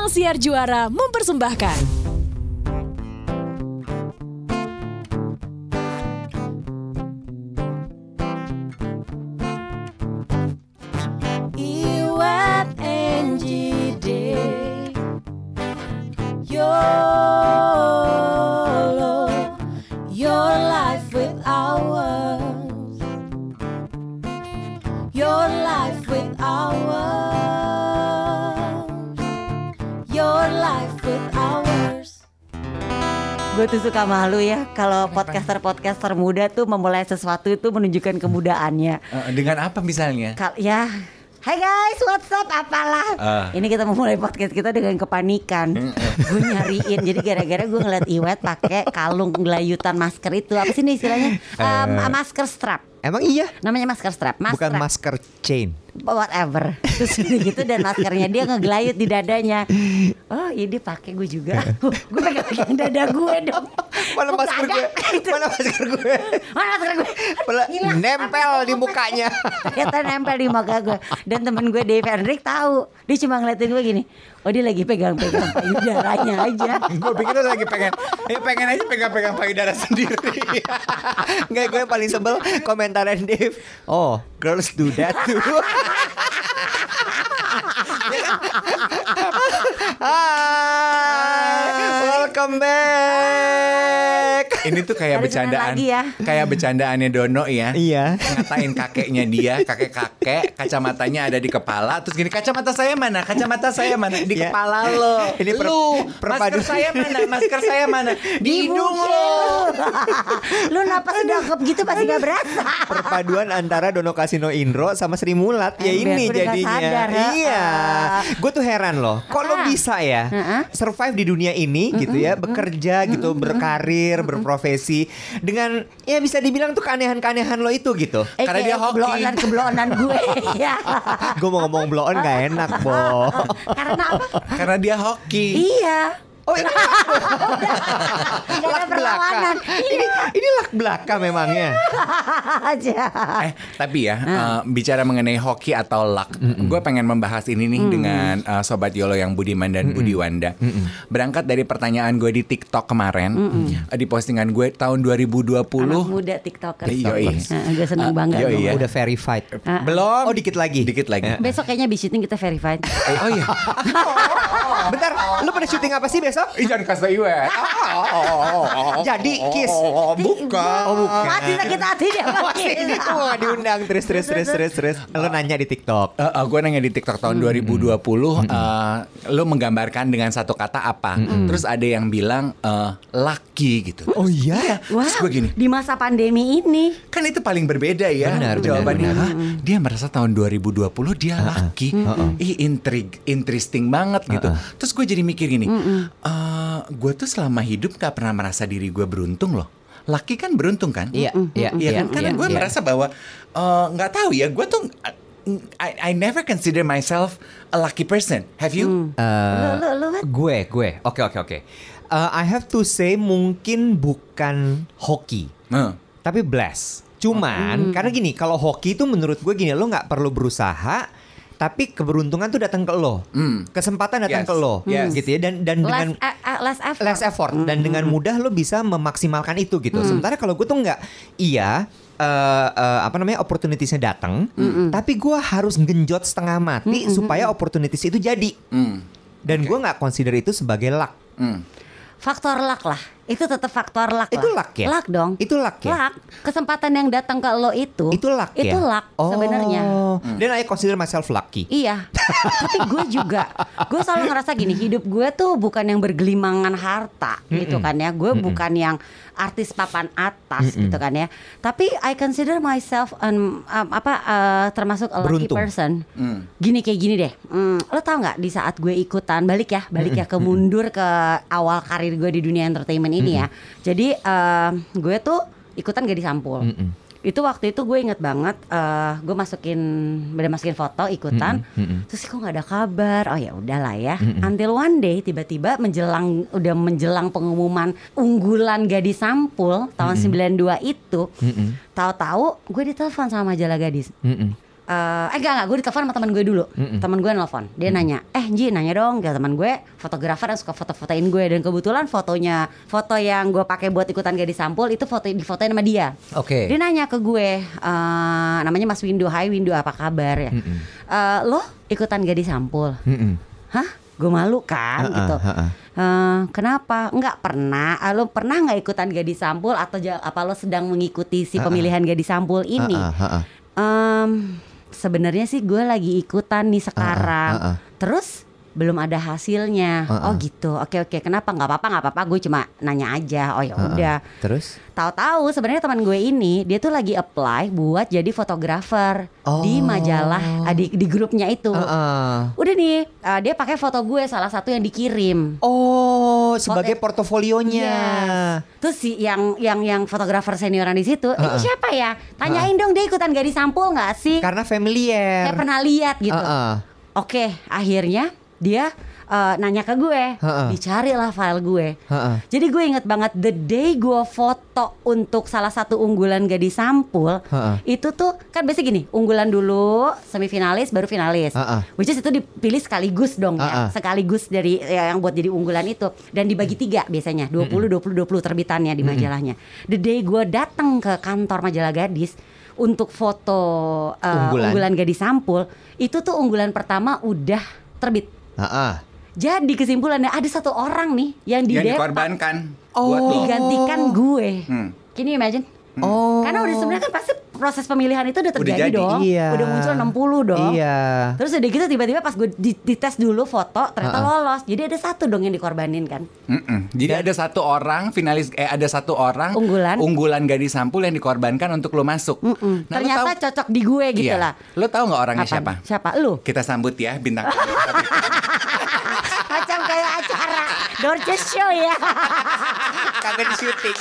Ruang Siar Juara mempersembahkan. Gue tuh suka malu ya kalau podcaster muda tuh memulai sesuatu itu menunjukkan kemudaannya. Dengan apa misalnya? Ya, hai guys, what's up, apalah. Ini kita memulai podcast kita dengan kepanikan. Gue nyariin, jadi gara-gara gue ngeliat Iwet pakai kalung gelayutan masker itu. Apa sih ini istilahnya? Masker strap. Emang iya? Namanya masker strap. Bukan masker chain. Whatever. Terus gitu dan maskernya dia ngegelayut di dadanya. Oh ini pakai gue juga. Gue pegang dada gue dong. Mana masker gue? Mana masker gue? Mana masker gue? Nempel di mukanya. Ternyata nempel di muka gue. Dan temen gue Dave Hendrik tahu. Dia cuma ngeliatin gue gini. Oh dia lagi pegang-pegang payudaranya aja. Gue pikir dia lagi pengen aja pegang-pegang payudara sendiri. Enggak, gue yang paling sebel komentaran Dave. Oh, girls do that too. Hai, welcome back. Ini tuh kayak bercandaan, kayak bercandaannya Dono ya. Iya. Ngatain kakeknya dia, kakek kacamatanya ada di kepala. Terus gini, kacamata saya mana? Kacamata saya mana? Di kepala lo. Ini masker saya mana? Masker saya mana? Di hidung lo. Lu napas dangkep gitu pasti gak berasa. Perpaduan antara Dono Kasino Indro sama Sri Mulat ya ini jadinya. Sadar, iya. Gue tuh heran loh. Kok lo bisa ya survive di dunia ini gitu ya, bekerja gitu, berkarir, berprofesi dengan ya bisa dibilang tuh keanehan-keanehan lo itu gitu. Karena dia hoki. Keblonan gue. Ya. Gue mau ngomong blow on gak enak, Bo. Karena apa? Karena dia hoki. Iya. Oh ini lak belaka. Ini lak belaka memangnya. Aja. Tapi ya bicara mengenai hoki atau luck, gue pengen membahas ini nih dengan Sobat Yolo yang Budiman dan Budiwanda. Berangkat dari pertanyaan gue di TikTok kemarin, di postingan gue tahun 2020. Anak muda TikToker. Gue seneng banget. Udah verified. Belum. Oh dikit lagi. Besok kayaknya abis syuting kita verified. Oh iya. Bentar, lu pada syuting apa sih besok? Jangan kasih Iwet. Jadi Kiss. Bukan. Mati sakit hati dia makin. Wah diundang terus. Lu nanya di TikTok. Gue nanya di TikTok tahun 2020. Lu menggambarkan dengan satu kata apa? Terus ada yang bilang lucky gitu. Oh iya. Wah, terus gue gini, di masa pandemi ini kan itu paling berbeda ya. Benar, jawabannya. benar. Dia merasa tahun 2020 dia lucky. Interesting banget gitu. Terus gue jadi mikir gini, gue tuh selama hidup gak pernah merasa diri gue beruntung loh. Lucky kan beruntung kan? Iya kan? Karena gue merasa bahwa nggak tahu ya, gue tuh I never consider myself a lucky person. Have you? Gue. Oke. I have to say mungkin bukan hoki, tapi bless. Cuman karena gini, kalau hoki itu menurut gue gini, lo nggak perlu berusaha, tapi keberuntungan tuh datang ke lo, kesempatan datang ke lo, gitu ya, dan dengan less effort dan dengan mudah lo bisa memaksimalkan itu gitu. Sementara kalau gue tuh nggak, opportunitiesnya datang, tapi gue harus genjot setengah mati supaya opportunities itu jadi, dan gue nggak consider itu sebagai luck. Faktor luck lah. Itu tetap faktor luck. Itu lah. luck ya? Luck dong. Itu luck ya? Luck. Kesempatan yang datang ke lo itu luck ya? Itu luck sebenarnya. Dan I consider myself lucky. Iya. Tapi gue juga, gue selalu ngerasa gini, hidup gue tuh bukan yang bergelimangan harta gitu kan ya. Gue bukan yang artis papan atas gitu kan ya. Tapi I consider myself termasuk a lucky person. Gini kayak gini deh. Lo tau nggak di saat gue ikutan balik ya ke mundur ke awal karir gue di dunia entertainment ini ya. Jadi gue tuh ikutan Gadis Sampul. Itu waktu itu gue inget banget, gue masukin foto ikutan, terus kok nggak ada kabar. Oh ya udahlah ya. Until one day tiba-tiba menjelang pengumuman unggulan Gadis Sampul tahun 92 itu, tahu-tahu gue ditelepon sama majalah Gadis. enggak, gue ditelepon sama teman gue dulu. Teman gue nelfon, dia nanya, Ji nanya dong, ke teman gue fotografer yang suka foto-fotoin gue, dan kebetulan foto yang gue pakai buat ikutan Gadis Sampul itu difotoin sama dia. Oke. Dia nanya ke gue, namanya Mas Windu, Hai Windu, apa kabar ya? Lo ikutan Gadis Sampul? Hah? Gue malu kan gitu. Kenapa? Enggak pernah. Lo pernah nggak ikutan Gadis Sampul atau apa lo sedang mengikuti si pemilihan Gadis Sampul ini? Sebenarnya sih gue lagi ikutan nih sekarang. Terus belum ada hasilnya. Oh gitu. Oke. Kenapa? Nggak apa-apa. Gue cuma nanya aja. Oh ya udah. Terus? Tahu-tahu sebenarnya teman gue ini dia tuh lagi apply buat jadi fotografer di majalah di grupnya itu. Udah nih, dia pakai foto gue salah satu yang dikirim. Oh, sebagai portofolionya. Yes. Terus si yang fotografer senioran di situ, ini siapa ya? Tanyain dong dia ikutan Gadis Sampul nggak sih? Karena familiar. Saya pernah lihat gitu. Oke, akhirnya dia nanya ke gue, dicarilah file gue. Jadi gue inget banget the day gue foto untuk salah satu unggulan Gadis Sampul. Itu tuh kan biasanya gini, unggulan dulu, semifinalis, baru finalis. Which is itu dipilih sekaligus dong ya, sekaligus dari yang buat jadi unggulan itu, dan dibagi 3 biasanya, 20 terbitannya di majalahnya. The day gue datang ke kantor majalah Gadis untuk foto unggulan Gadis Sampul, itu tuh unggulan pertama udah terbit. Jadi kesimpulannya ada satu orang nih yang dikorbankan digantikan gue. Can you imagine? Karena udah sebenarnya kan pasti proses pemilihan itu udah terjadi dong. Udah muncul 60 dong. Terus udah gitu tiba-tiba pas gue dites dulu foto ternyata lolos. Jadi ada satu dong yang dikorbanin kan. Jadi ada satu orang finalis, ada satu orang unggulan Gadis Sampul yang dikorbankan untuk lo masuk. Nah, ternyata cocok di gue gitu lah. Lo tahu nggak orangnya siapa? Siapa? Lu. Kita sambut ya bintang. Macam kayak acara Dorce Show ya. Kangen syuting.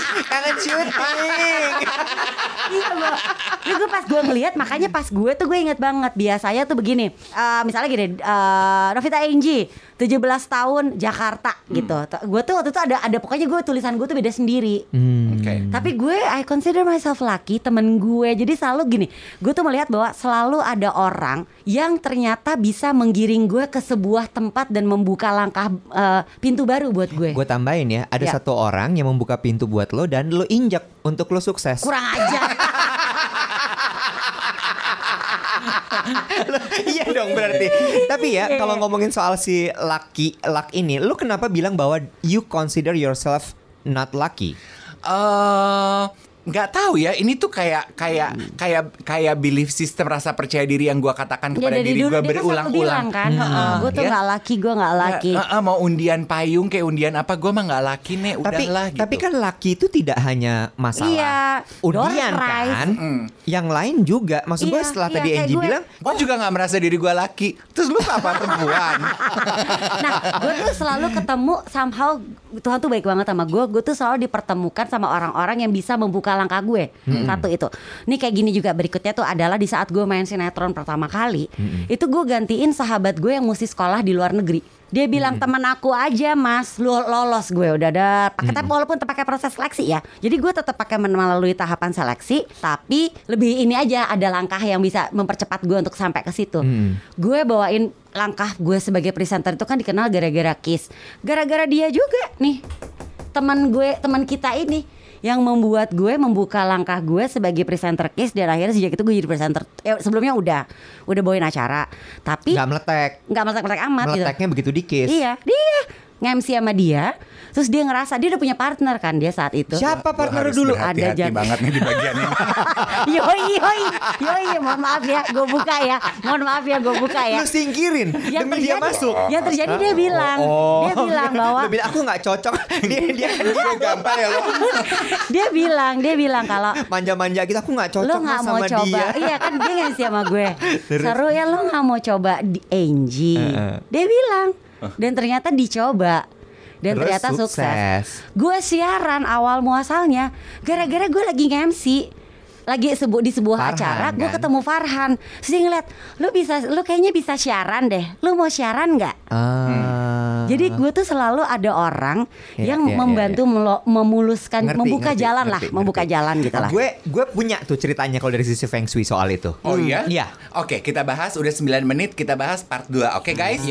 Iya loh. Ini gue pas gue ngeliat, makanya pas gue tuh gue inget banget. Biasanya tuh begini, misalnya gini, Novita Angie 17 tahun Jakarta gitu. Gue tuh waktu itu ada pokoknya gue tulisan gue tuh beda sendiri. Tapi gue I consider myself lucky, temen gue. Jadi selalu gini, gue tuh melihat bahwa selalu ada orang yang ternyata bisa menggiring gue ke sebuah tempat dan membuka langkah pintu baru buat gue. Gue tambahin ya, ada satu orang yang membuka pintu buat lo dan lo injak untuk lo sukses. Kurang ajar. Iya dong berarti. Tapi ya kalau ngomongin soal si luck ini, lo kenapa bilang bahwa you consider yourself not lucky? Nggak tahu ya, ini tuh kayak belief system, rasa percaya diri yang gue katakan kepada diri gue berulang-ulang kan. Gue tuh nggak laki. Mau undian payung kayak undian apa, gue mah nggak laki nih, udahlah gitu. Tapi kan laki itu tidak hanya masalah undian kan, yang lain juga. Maksud gue setelah tadi Angie bilang, gue juga nggak merasa diri gue laki. Terus lu apa perempuan? Nah, gue tuh selalu ketemu somehow, Tuhan tuh baik banget sama gue. Gue tuh selalu dipertemukan sama orang-orang yang bisa membuka langkah gue. Satu itu. Nih kayak gini juga berikutnya tuh adalah di saat gue main sinetron pertama kali, itu gue gantiin sahabat gue yang mesti sekolah di luar negeri. Dia bilang teman aku aja mas, lu lolos, gue udah ada pakai walaupun terpakai proses seleksi ya. Jadi gue tetap pakai melalui tahapan seleksi, tapi lebih ini aja, ada langkah yang bisa mempercepat gue untuk sampai ke situ. Gue bawain langkah gue sebagai presenter itu kan dikenal gara-gara Kiss. Gara-gara dia juga nih, teman kita ini yang membuat gue membuka langkah gue sebagai presenter Kiss, dan akhirnya sejak itu gue jadi presenter. Sebelumnya udah bawain acara, tapi nggak meletek amat. Meleteknya gitu. Begitu di Kiss. Iya, dia nge-MC sama dia. Terus dia ngerasa dia udah punya partner kan dia saat itu. Siapa partner dulu? Ada banget nih di bagian ini. Yoi, mohon maaf ya, gue buka ya. Lu singkirin demi dia masuk. Yang terjadi dia bilang bahwa aku nggak cocok. dia gampang ya lo. Dia bilang kalau manja-manja gitu, aku nggak cocok lo nggak mau coba. dia. Iya kan, dia ngasih sama gue. Seru ya, lo nggak mau coba di Angie. Dia bilang, dan ternyata dicoba. Dan terus ternyata sukses. Gue siaran awal muasalnya gara-gara gue lagi nge-MC. lagi di sebuah Farhan, acara, gue kan? ketemu Farhan. Terus dia ngeliat, lu kayaknya bisa siaran deh. Lu mau siaran nggak? Jadi gue tuh selalu ada orang yang membantu memuluskan, membuka jalan lah, membuka jalan gitu lah. Gue punya tuh ceritanya kalau dari sisi Feng Shui soal itu. Oh iya? Iya. Oke, kita bahas udah 9 menit, kita bahas part 2. Oke guys?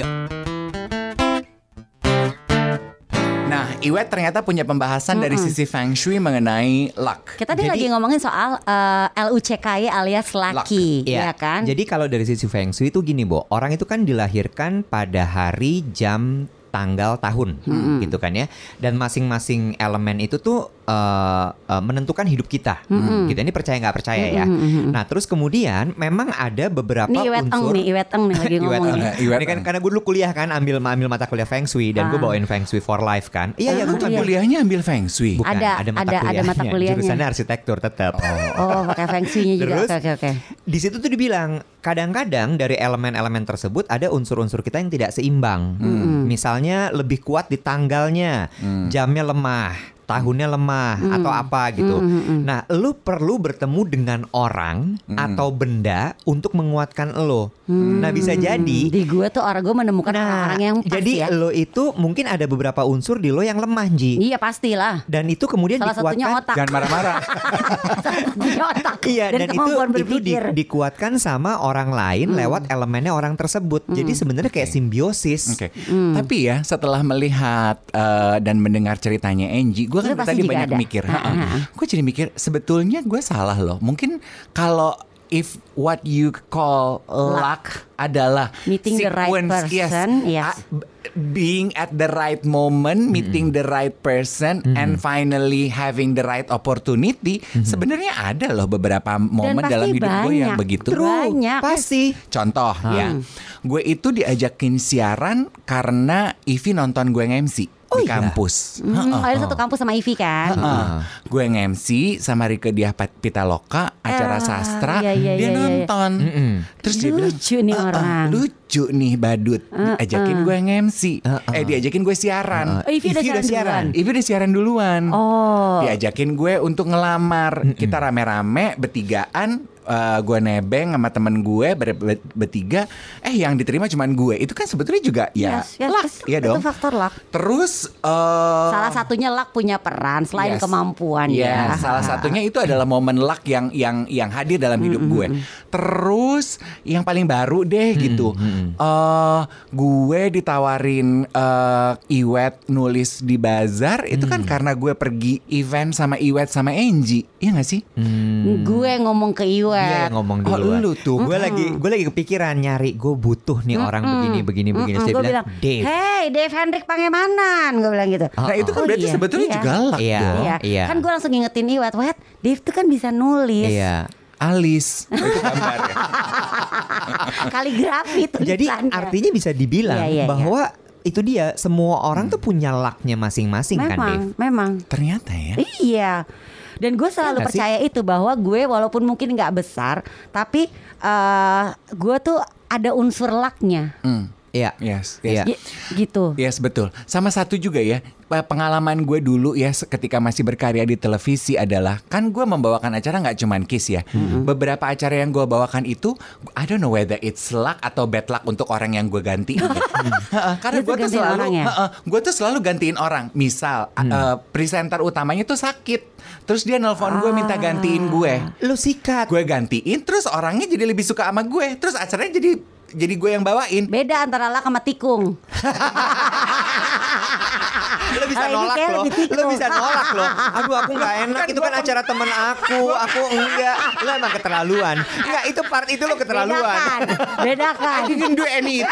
Nah, Iwet ternyata punya pembahasan dari sisi Feng Shui mengenai luck. Kita tadi lagi ngomongin soal LUCKY alias laki, Iya. ya kan? Jadi kalau dari sisi Feng Shui itu gini, Bo. Orang itu kan dilahirkan pada hari, jam, tanggal, tahun, gitu kan ya. Dan masing-masing elemen itu tuh menentukan hidup kita. Gitu. Ini percaya nggak percaya ya. Nah, terus kemudian memang ada beberapa Ini Iwet Eng nih lagi ngomongin. Ini kan karena gue dulu kuliah kan ambil mata kuliah Feng Shui dan gue bawain Feng Shui for life kan. Iya, Bukan kuliahnya ambil Feng Shui. Bukan, Ada mata kuliahnya. Jurusannya arsitektur tetap. Oh, pakai Feng Shui-nya juga. Terus, Oke. di situ tuh dibilang kadang-kadang dari elemen-elemen tersebut ada unsur-unsur kita yang tidak seimbang. Misalnya lebih kuat di tanggalnya, jamnya lemah, tahunnya lemah atau apa gitu. Nah, lu perlu bertemu dengan orang atau benda untuk menguatkan lo. Nah, bisa jadi Di gue tuh gue menemukan orang yang pas jadi ya. lo itu mungkin ada beberapa unsur di lo yang lemah, Ji. Iya pastilah. Dan itu kemudian Salah satunya dikuatkan. otak. Jangan marah-marah. Punya otak. Iya, dan kemampuan itu berpikir. dikuatkan sama orang lain lewat elemennya orang tersebut. Jadi sebenarnya kayak simbiosis. Oke. Tapi ya setelah melihat dan mendengar ceritanya Angie, gue kan Lu pasti tadi juga banyak ada. mikir. Gue jadi mikir sebetulnya gue salah loh. Mungkin kalau if what you call luck adalah Meeting the right person, yes. Being at the right moment, meeting the right person, and finally having the right opportunity. Sebenarnya ada loh beberapa momen pasti dalam hidup gue yang banyak. begitu. Banyak. Pasti. Contoh ya, gue itu diajakin siaran karena Ivi nonton gue nge-MC di kampus. Ada satu kampus sama Ivy kan. Gue nge-MC sama Rike Diah Pitaloka acara sastra, iya, dia iya. nonton. Terus dia bilang, Lucu nih orang. lucu nih badut, ajakin gue nge-MC. Diajakin gue siaran. Ivy udah siaran duluan. Ivy udah siaran duluan. Oh. Diajakin gue untuk ngelamar. Kita rame-rame bertigaan. Gue nebeng sama temen gue bertiga. Yang diterima cuman gue. Itu kan sebetulnya juga ya luck. Iya itu dong. faktor luck. Terus Salah satunya luck punya peran selain Yes. kemampuan Iya, ya. salah satunya itu adalah momen luck yang hadir dalam hidup gue. Terus yang paling baru deh gitu, gue ditawarin Iwet nulis di bazar itu kan karena gue pergi event sama Iwet sama Angie, iya nggak sih? Gue ngomong ke Iwet. Dia yang ngomong duluan. lu tuh. Gue lagi kepikiran nyari. Gue butuh nih orang begini. Terus dia Gue bilang, bilang, Dave. hey Dave Hendrik Pangemanan. Gue bilang gitu. Nah itu kan berarti sebetulnya juga luck Iya. dong. Iya. Kan gue langsung ngingetin Iwet, Dave tuh kan bisa nulis. Iya. Alis, itu gambar ya. Kaligrafi tulisannya. Jadi artinya bisa dibilang Iya. bahwa itu dia semua orang tuh punya lucknya masing-masing kan, Dave. Memang. Ternyata ya. Iya. Dan gue selalu nggak sih? percaya itu bahwa gue walaupun mungkin nggak besar, tapi gue tuh ada unsur lucknya. Iya. Yes. Iya. Gitu. Yes, betul. Sama satu juga ya, pengalaman gue dulu ya ketika masih berkarya di televisi adalah kan gue membawakan acara nggak cuman Kiss ya. Beberapa acara yang gue bawakan itu I don't know whether it's luck atau bad luck untuk orang yang gue gantiin. Karena Lu tuh gantiin orang ya? gue tuh selalu gantiin orang. Misal presenter utamanya tuh sakit, terus dia nelpon gue minta gantiin gue. Lu sikat. Gue gantiin, terus orangnya jadi lebih suka sama gue. Terus acaranya jadi gue yang bawain. Beda antara luck sama tikung. Lo bisa Ini nolak kayak loh. lebih tikung. Lo bisa nolak loh. Aduh aku gak enak. Itu kan acara temen aku. Aku enggak. Lo emang keterlaluan. Enggak, itu part itu lo keterlaluan. Bedakan. I didn't do anything.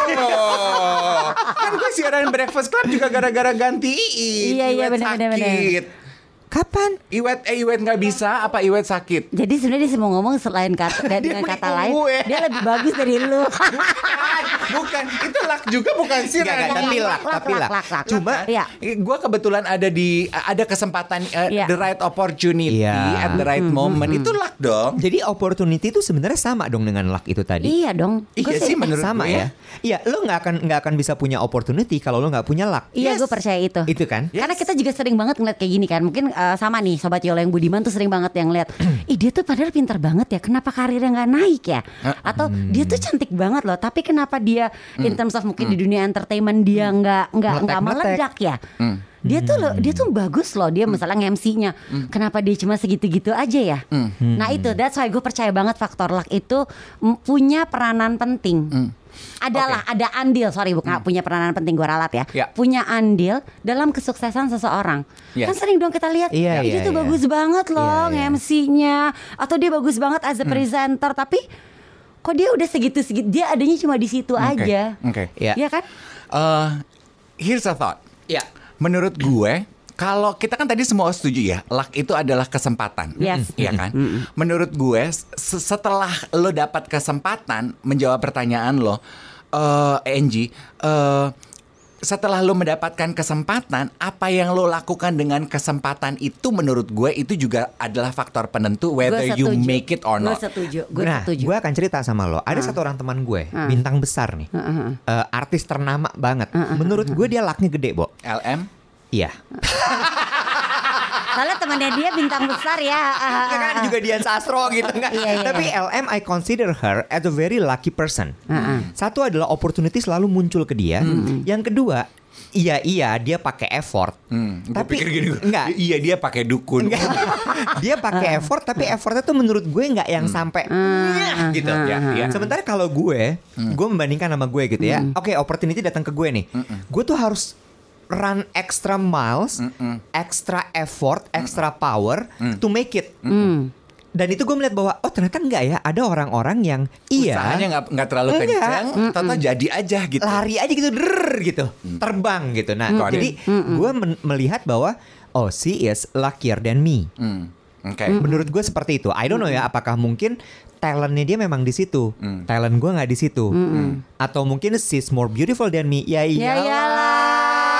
Kan gue siaran Breakfast Club juga gara-gara ganti Iit. Iya, Iwet benar. sakit. Kapan? Iwet nggak bisa apa Iwet sakit? Jadi sebenarnya dia mau ngomong selain kata dan dengan kata lain, dia lebih bagus dari lu. Bukan, itu luck juga bukan sih. Enggak, tapi luck. Cuma Iya. gue kebetulan ada kesempatan Iya. the right opportunity Iya. at the right moment. Itu luck dong. Jadi opportunity itu sebenarnya sama dong dengan luck itu tadi. Iya dong. Iya Gua sih, menurut Sama gue ya. Iya, lo nggak akan bisa punya opportunity kalau lo nggak punya luck. Iya, Yes. gue percaya itu. Itu kan? Karena kita juga sering banget ngeliat kayak gini kan. Mungkin sama nih Sobat Yolo yang budiman tuh sering banget yang lihat, ih dia tuh padahal pintar banget ya, kenapa karirnya nggak naik ya? Atau dia tuh cantik banget loh, tapi kenapa dia in terms of mungkin di dunia entertainment dia nggak meledak ya? Dia tuh bagus loh, dia misalnya MC-nya. Kenapa dia cuma segitu-gitu aja ya? Nah itu, that's why gue percaya banget faktor luck itu punya peranan penting. Ada andil, bukan punya peranan penting, gue ralat ya. Punya andil dalam kesuksesan seseorang. Kan sering dong kita lihat, dia tuh bagus banget loh MC-nya, atau dia bagus banget as a presenter, tapi kok dia udah segitu-segitu, dia adanya cuma di situ aja. Iya kan? Here's a thought. Menurut gue, kalau kita kan tadi semua setuju ya, luck itu adalah kesempatan. Iya kan? Menurut gue, setelah lo dapat kesempatan menjawab pertanyaan lo, Angie, setelah lo mendapatkan kesempatan, apa yang lo lakukan dengan kesempatan itu menurut gue itu juga adalah faktor penentu whether you make it or not. Gue setuju. Gue akan cerita sama lo. Ada satu orang teman gue, bintang besar nih, artis ternama banget. Menurut gue dia lucknya gede, Bo. LM? Iya. Soalnya temannya dia bintang besar ya. Kan juga Dian Sastro gitu kan. Tapi LM I consider her as a very lucky person. Satu adalah opportunity selalu muncul ke dia. Yang kedua, iya dia pakai effort. Tapi enggak. Iya dia pakai dukun. Dia pakai effort, tapi effortnya tuh menurut gue nggak yang sampai gitu. Sementara kalau gue membandingkan sama gue gitu ya. Oke, opportunity datang ke gue nih. Gue tuh harus run extra miles, extra effort, extra power to make it. Dan itu gue melihat bahwa ternyata enggak ya, ada orang-orang yang usahanya nggak terlalu kencang, total jadi aja gitu, lari aja gitu, gitu, terbang gitu. Nah, jadi gue melihat bahwa she is luckier than me. Menurut gue seperti itu. I don't know ya, apakah mungkin talentnya dia memang di situ, talent gue nggak di situ, atau mungkin she's more beautiful than me. Ya iyalah.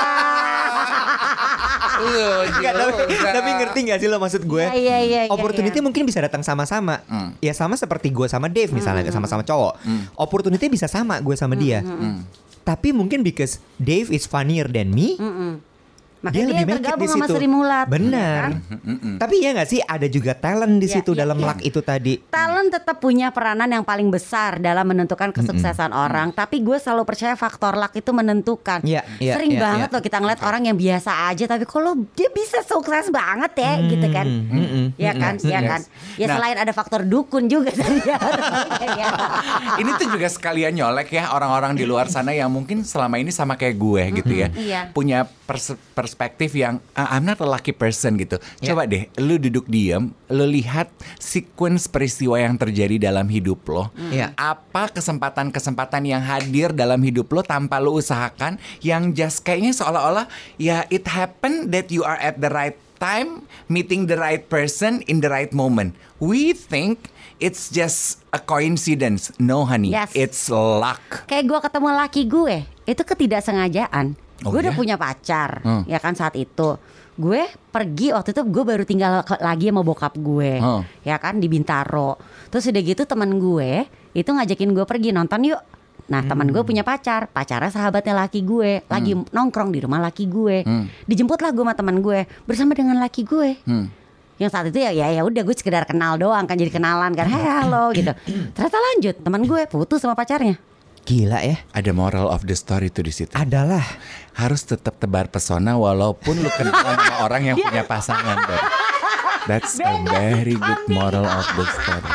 Tapi ngerti gak sih lo maksud gue? Opportunity mungkin bisa datang sama-sama. Ya sama seperti gue sama Dave misalnya, sama-sama cowok. Opportunity bisa sama gue sama dia. Tapi mungkin because Dave is funnier than me, makanya dia tergabung sama Sri Mulat. Benar. Ya kan? Tapi ya nggak sih ada juga talent di situ dalam luck itu tadi. Talent tetap punya peranan yang paling besar dalam menentukan kesuksesan orang. Tapi gue selalu percaya faktor luck itu menentukan. Sering banget loh kita ngeliat orang yang biasa aja, tapi kalau dia bisa sukses banget ya, gitu kan? Ya kan. Ya selain ada faktor dukun juga tadi ya. Ini tuh juga sekalian nyolek ya orang-orang di luar sana yang mungkin selama ini sama kayak gue gitu ya, punya perspektif yang I'm not a lucky person gitu. Coba deh lu duduk diam, lu lihat sequence peristiwa yang terjadi dalam hidup lo. Apa kesempatan-kesempatan yang hadir dalam hidup lo tanpa lo usahakan, yang just kayaknya seolah-olah ya it happened that you are at the right time, meeting the right person in the right moment. We think it's just a coincidence. No honey, it's luck. Kayak gue ketemu laki gue, itu ketidaksengajaan. Gue udah punya pacar, ya kan saat itu. Gue pergi waktu itu, gue baru tinggal lagi sama bokap gue, ya kan di Bintaro. Terus udah gitu teman gue itu ngajakin gue pergi nonton yuk. Nah teman gue punya pacarnya sahabatnya laki gue, lagi nongkrong di rumah laki gue. Dijemputlah gue sama teman gue bersama dengan laki gue. Yang saat itu ya udah gue sekedar kenal doang kan, jadi kenalan kan, halo gitu. Ternyata lanjut teman gue putus sama pacarnya. Gila ya. Ada moral of the story tuh di situ. Adalah harus tetap tebar pesona walaupun lu kenalan sama orang yang punya pasangan. That's a very good moral of the story.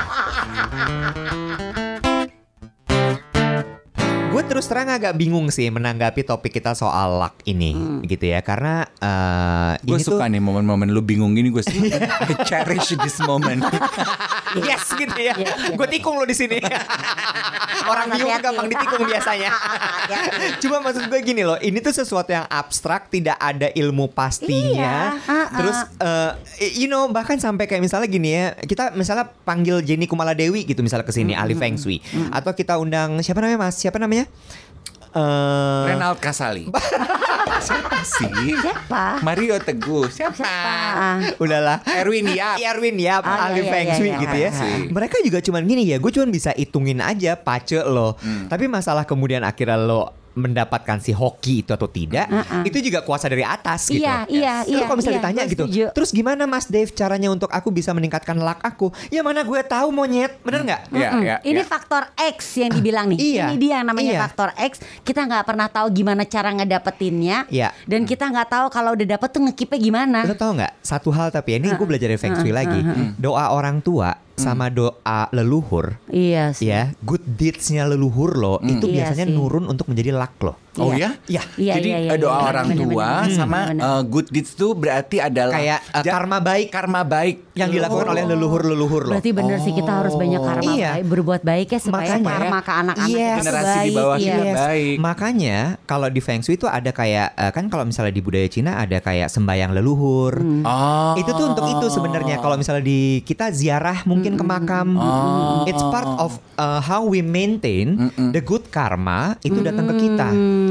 Gue terus terang agak bingung sih menanggapi topik kita soal luck ini, gitu ya, karena gue suka nih momen-momen lu bingung gini, gue suka. I cherish this moment. Yes gitu ya. Gue tikung lo di sini. Orang bingung gampang ditikung biasanya. Cuma maksud gue gini loh, ini tuh sesuatu yang abstrak, tidak ada ilmu pastinya. Terus bahkan sampai kayak misalnya gini ya, kita misalnya panggil Jenny Kumaladewi gitu misalnya ke sini, ahli Feng Shui, atau kita undang siapa namanya? Renald Kasali. Siapa sih? Siapa? Mario Teguh. Siapa? Udahlah. Erwin Yap, ahli Feng Shui gitu ya. Mereka juga cuman gini ya, gue cuman bisa hitungin aja pace lo. Tapi masalah kemudian akhirnya lo mendapatkan si hoki itu atau tidak, itu juga kuasa dari atas gitu. Iya. Terus kalau misalnya ditanya gue gitu, setuju. terus gimana Mas Dave caranya untuk aku bisa meningkatkan luck aku? Ya mana gue tahu monyet, bener nggak? Iya. Ini faktor X yang dibilang nih. Iya. Ini dia yang namanya Iya. faktor X. Kita nggak pernah tahu gimana cara ngedapetinnya. Iya. Dan kita nggak tahu kalau udah dapet tuh ngekipnya gimana. Lo tau nggak? Satu hal tapi ini gue belajar dari Feng Shui lagi. Doa orang tua sama doa leluhur, Iya sih. ya, good deeds-nya leluhur lo itu Iya biasanya sih. nurun untuk menjadi luck lo. Oh Iya. ya? Iya. Iya, Jadi doa iya. orang Bener, tua bener. sama Bener. good deeds tuh berarti adalah Kayak karma baik Karma baik yang dilakukan oleh leluhur-leluhur lo. Berarti bener sih kita harus banyak karma Iya. baik, berbuat baik ya supaya Makanya, karma ke anak-anak yes. kita Generasi baik. di bawah Iya. kita. Baik. Makanya kalau di Feng Shui itu ada kayak kan kalau misalnya di budaya Cina ada kayak sembayang leluhur. Oh. Itu tuh untuk itu sebenarnya kalau misalnya di kita ziarah mungkin ke makam. It's part of how we maintain the good karma itu datang ke kita.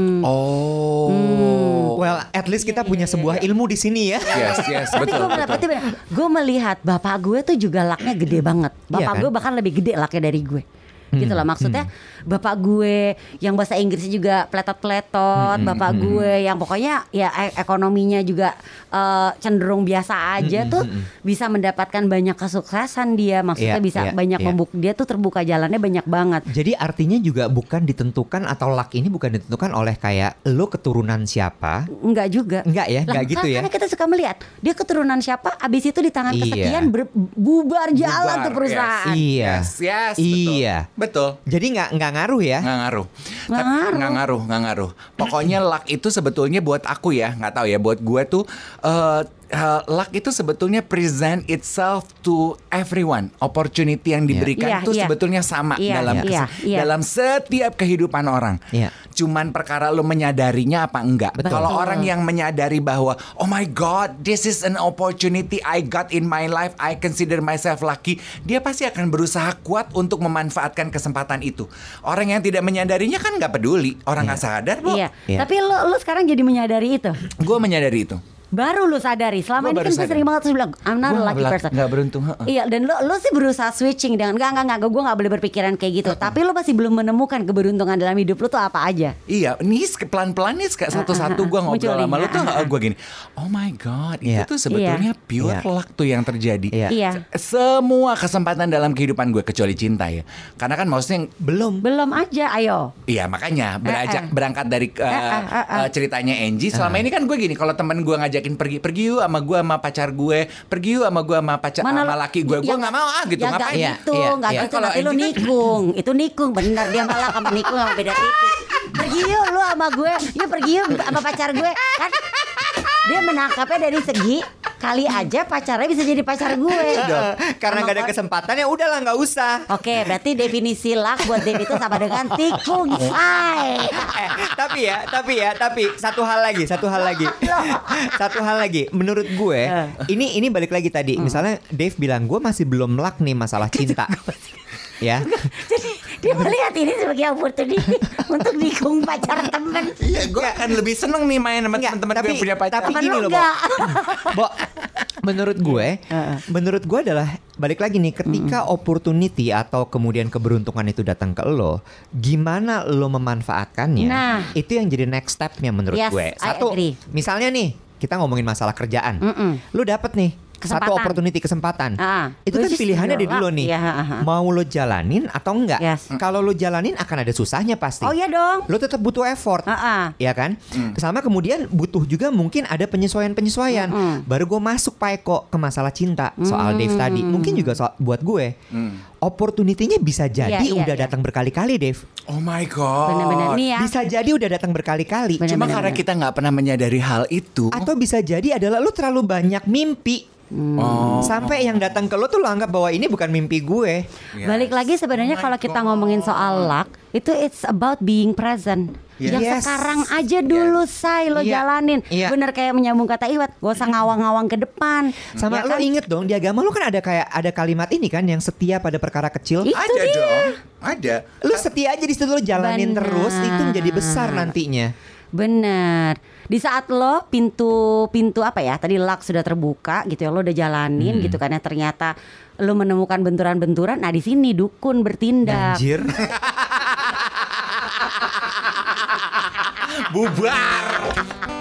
Oh. Well, at least kita punya sebuah ilmu di sini ya. Yes, Tapi betul. gue melihat bapak gue tuh juga laknya gede banget. Iya Bapak kan? gue bahkan lebih gede laknya dari gue. Gitu loh maksudnya bapak gue yang bahasa Inggrisnya juga pletot-pletot, bapak gue yang pokoknya ya ekonominya juga cenderung biasa aja tuh bisa mendapatkan banyak kesuksesan dia, maksudnya Iya, bisa iya, banyak iya. dia tuh terbuka jalannya banyak banget. Jadi artinya juga bukan ditentukan atau luck ini bukan ditentukan oleh kayak lo keturunan siapa. Enggak juga. Enggak ya, enggak gitu ya. Karena kita suka melihat dia keturunan siapa, abis itu di tangan Iya. kesekian bubar jalan Bubar, tuh perusahaan. Iya. Yes, Iya. Betul. Jadi nggak ngaruh ya. Nggak ngaruh. Nggak Nggak ngaruh. Pokoknya luck itu sebetulnya buat aku ya, nggak tahu ya, buat gue tuh luck itu sebetulnya present itself to everyone. Opportunity yang diberikan Iya, tuh iya. sebetulnya sama Iya, iya, iya. dalam setiap kehidupan orang. Iya. Cuman perkara lo menyadarinya apa enggak. Betul. Kalau orang yang menyadari bahwa oh my god, this is an opportunity I got in my life, I consider myself lucky, dia pasti akan berusaha kuat untuk memanfaatkan kesempatan itu. Orang yang tidak menyadarinya kan nggak peduli, orang nggak sadar, Bo. Iya. Iya. Tapi lu sekarang jadi menyadari itu. Gue menyadari itu. Baru lu sadari. Selama Gua ini baru kan gue sadar. sering banget terus bilang I'm not a Gua lucky person. nggak beruntung. Iya, dan lu sih berusaha switching dengan enggak gue nggak boleh berpikiran kayak gitu. Tapi lu masih belum menemukan keberuntungan dalam hidup lu tuh apa aja. Iya, nih pelan-pelan nih satu-satu gue ngobrol Muncul nih. sama lu tuh gue gini. Oh my god, itu Iya. tuh sebetulnya pure Iya. luck tuh yang terjadi. Iya. Iya. Semua kesempatan dalam kehidupan gue kecuali cinta ya. Karena kan maksudnya Belum. Belum aja, ayo. iya makanya berangkat dari ceritanya Angie. Selama ini kan gue gini, kalau temen gue ngajakin pergi yuk sama gue sama pacar gue, pergi yuk sama gue sama pacar Mana sama lu- laki gue ya nggak mau gitu ya ngapain? nggak Iya, gitu, iya, nggak iya. gitu. Kalau Nanti lu Angie kan- nikung. Itu nikung, bener dia malah sama nikung sama beda tipis. Pergi yuk lu sama gue, yuk pergi yuk sama pacar gue. Kan dia menangkapnya dari segi kali aja pacarnya bisa jadi pacar gue. Karena nggak ada kesempatan ya udahlah nggak usah. Oke, berarti definisi luck buat Dave itu sama dengan tikung. Say. Tapi satu hal lagi. Menurut gue, ini balik lagi tadi. Misalnya Dave bilang gue masih belum luck nih masalah cinta. Ya. Jadi dia melihat ini sebagai opportunity untuk nikung pacar temen. Iya, gue akan lebih seneng nih main sama Enggak, teman-teman gue yang punya pacar. tapi Temen gini lu loh, Bo. enggak. Bo, menurut gue adalah balik lagi nih ketika opportunity atau kemudian keberuntungan itu datang ke lo, gimana lo memanfaatkannya? Nah. Itu yang jadi next stepnya menurut Yes, gue. I Satu, agree. misalnya nih kita ngomongin masalah kerjaan, lo dapet nih satu opportunity kesempatan. Itu kan Which is pilihannya your di lo luck. nih. Iya, Mau lo jalanin atau enggak? Yes. Kalau lo jalanin akan ada susahnya pasti. Oh iya dong. Lo tetap butuh effort. Ya kan? Sama kemudian butuh juga mungkin ada penyesuaian-penyesuaian. Baru gue masuk Pak Eko ke masalah cinta soal Dave tadi. Mungkin juga buat gue. Opportunity-nya bisa jadi Iya, udah iya. datang berkali-kali, Dave. Oh my god. Bener-bener nih ya. Bisa jadi udah datang berkali-kali. Bener. Cuma karena kita nggak pernah menyadari hal itu. Atau bisa jadi adalah lu terlalu banyak mimpi. Sampai yang datang ke lu tuh lu anggap bahwa ini bukan mimpi gue. Yes. Balik lagi sebenarnya Oh my kalau kita God. ngomongin soal luck, itu it's about being present. Yes. Yang Yes. sekarang aja dulu say lo Iya. jalanin. Iya. Bener kayak menyambung kata Iwat, gak usah ngawang-ngawang ke depan. Sama Ya lo kan? inget dong di agama lu kan ada kalimat ini kan yang setia pada perkara kecil. Itu Ada dia. dong. Ada. Lu setia aja di situ lu jalanin Benar. terus itu menjadi besar nantinya. Bener. Di saat lo pintu apa ya? Tadi luck sudah terbuka gitu ya, lo udah jalanin gitu kan ya. Ternyata lo menemukan benturan-benturan. Nah di sini dukun bertindak. Anjir. Bubar.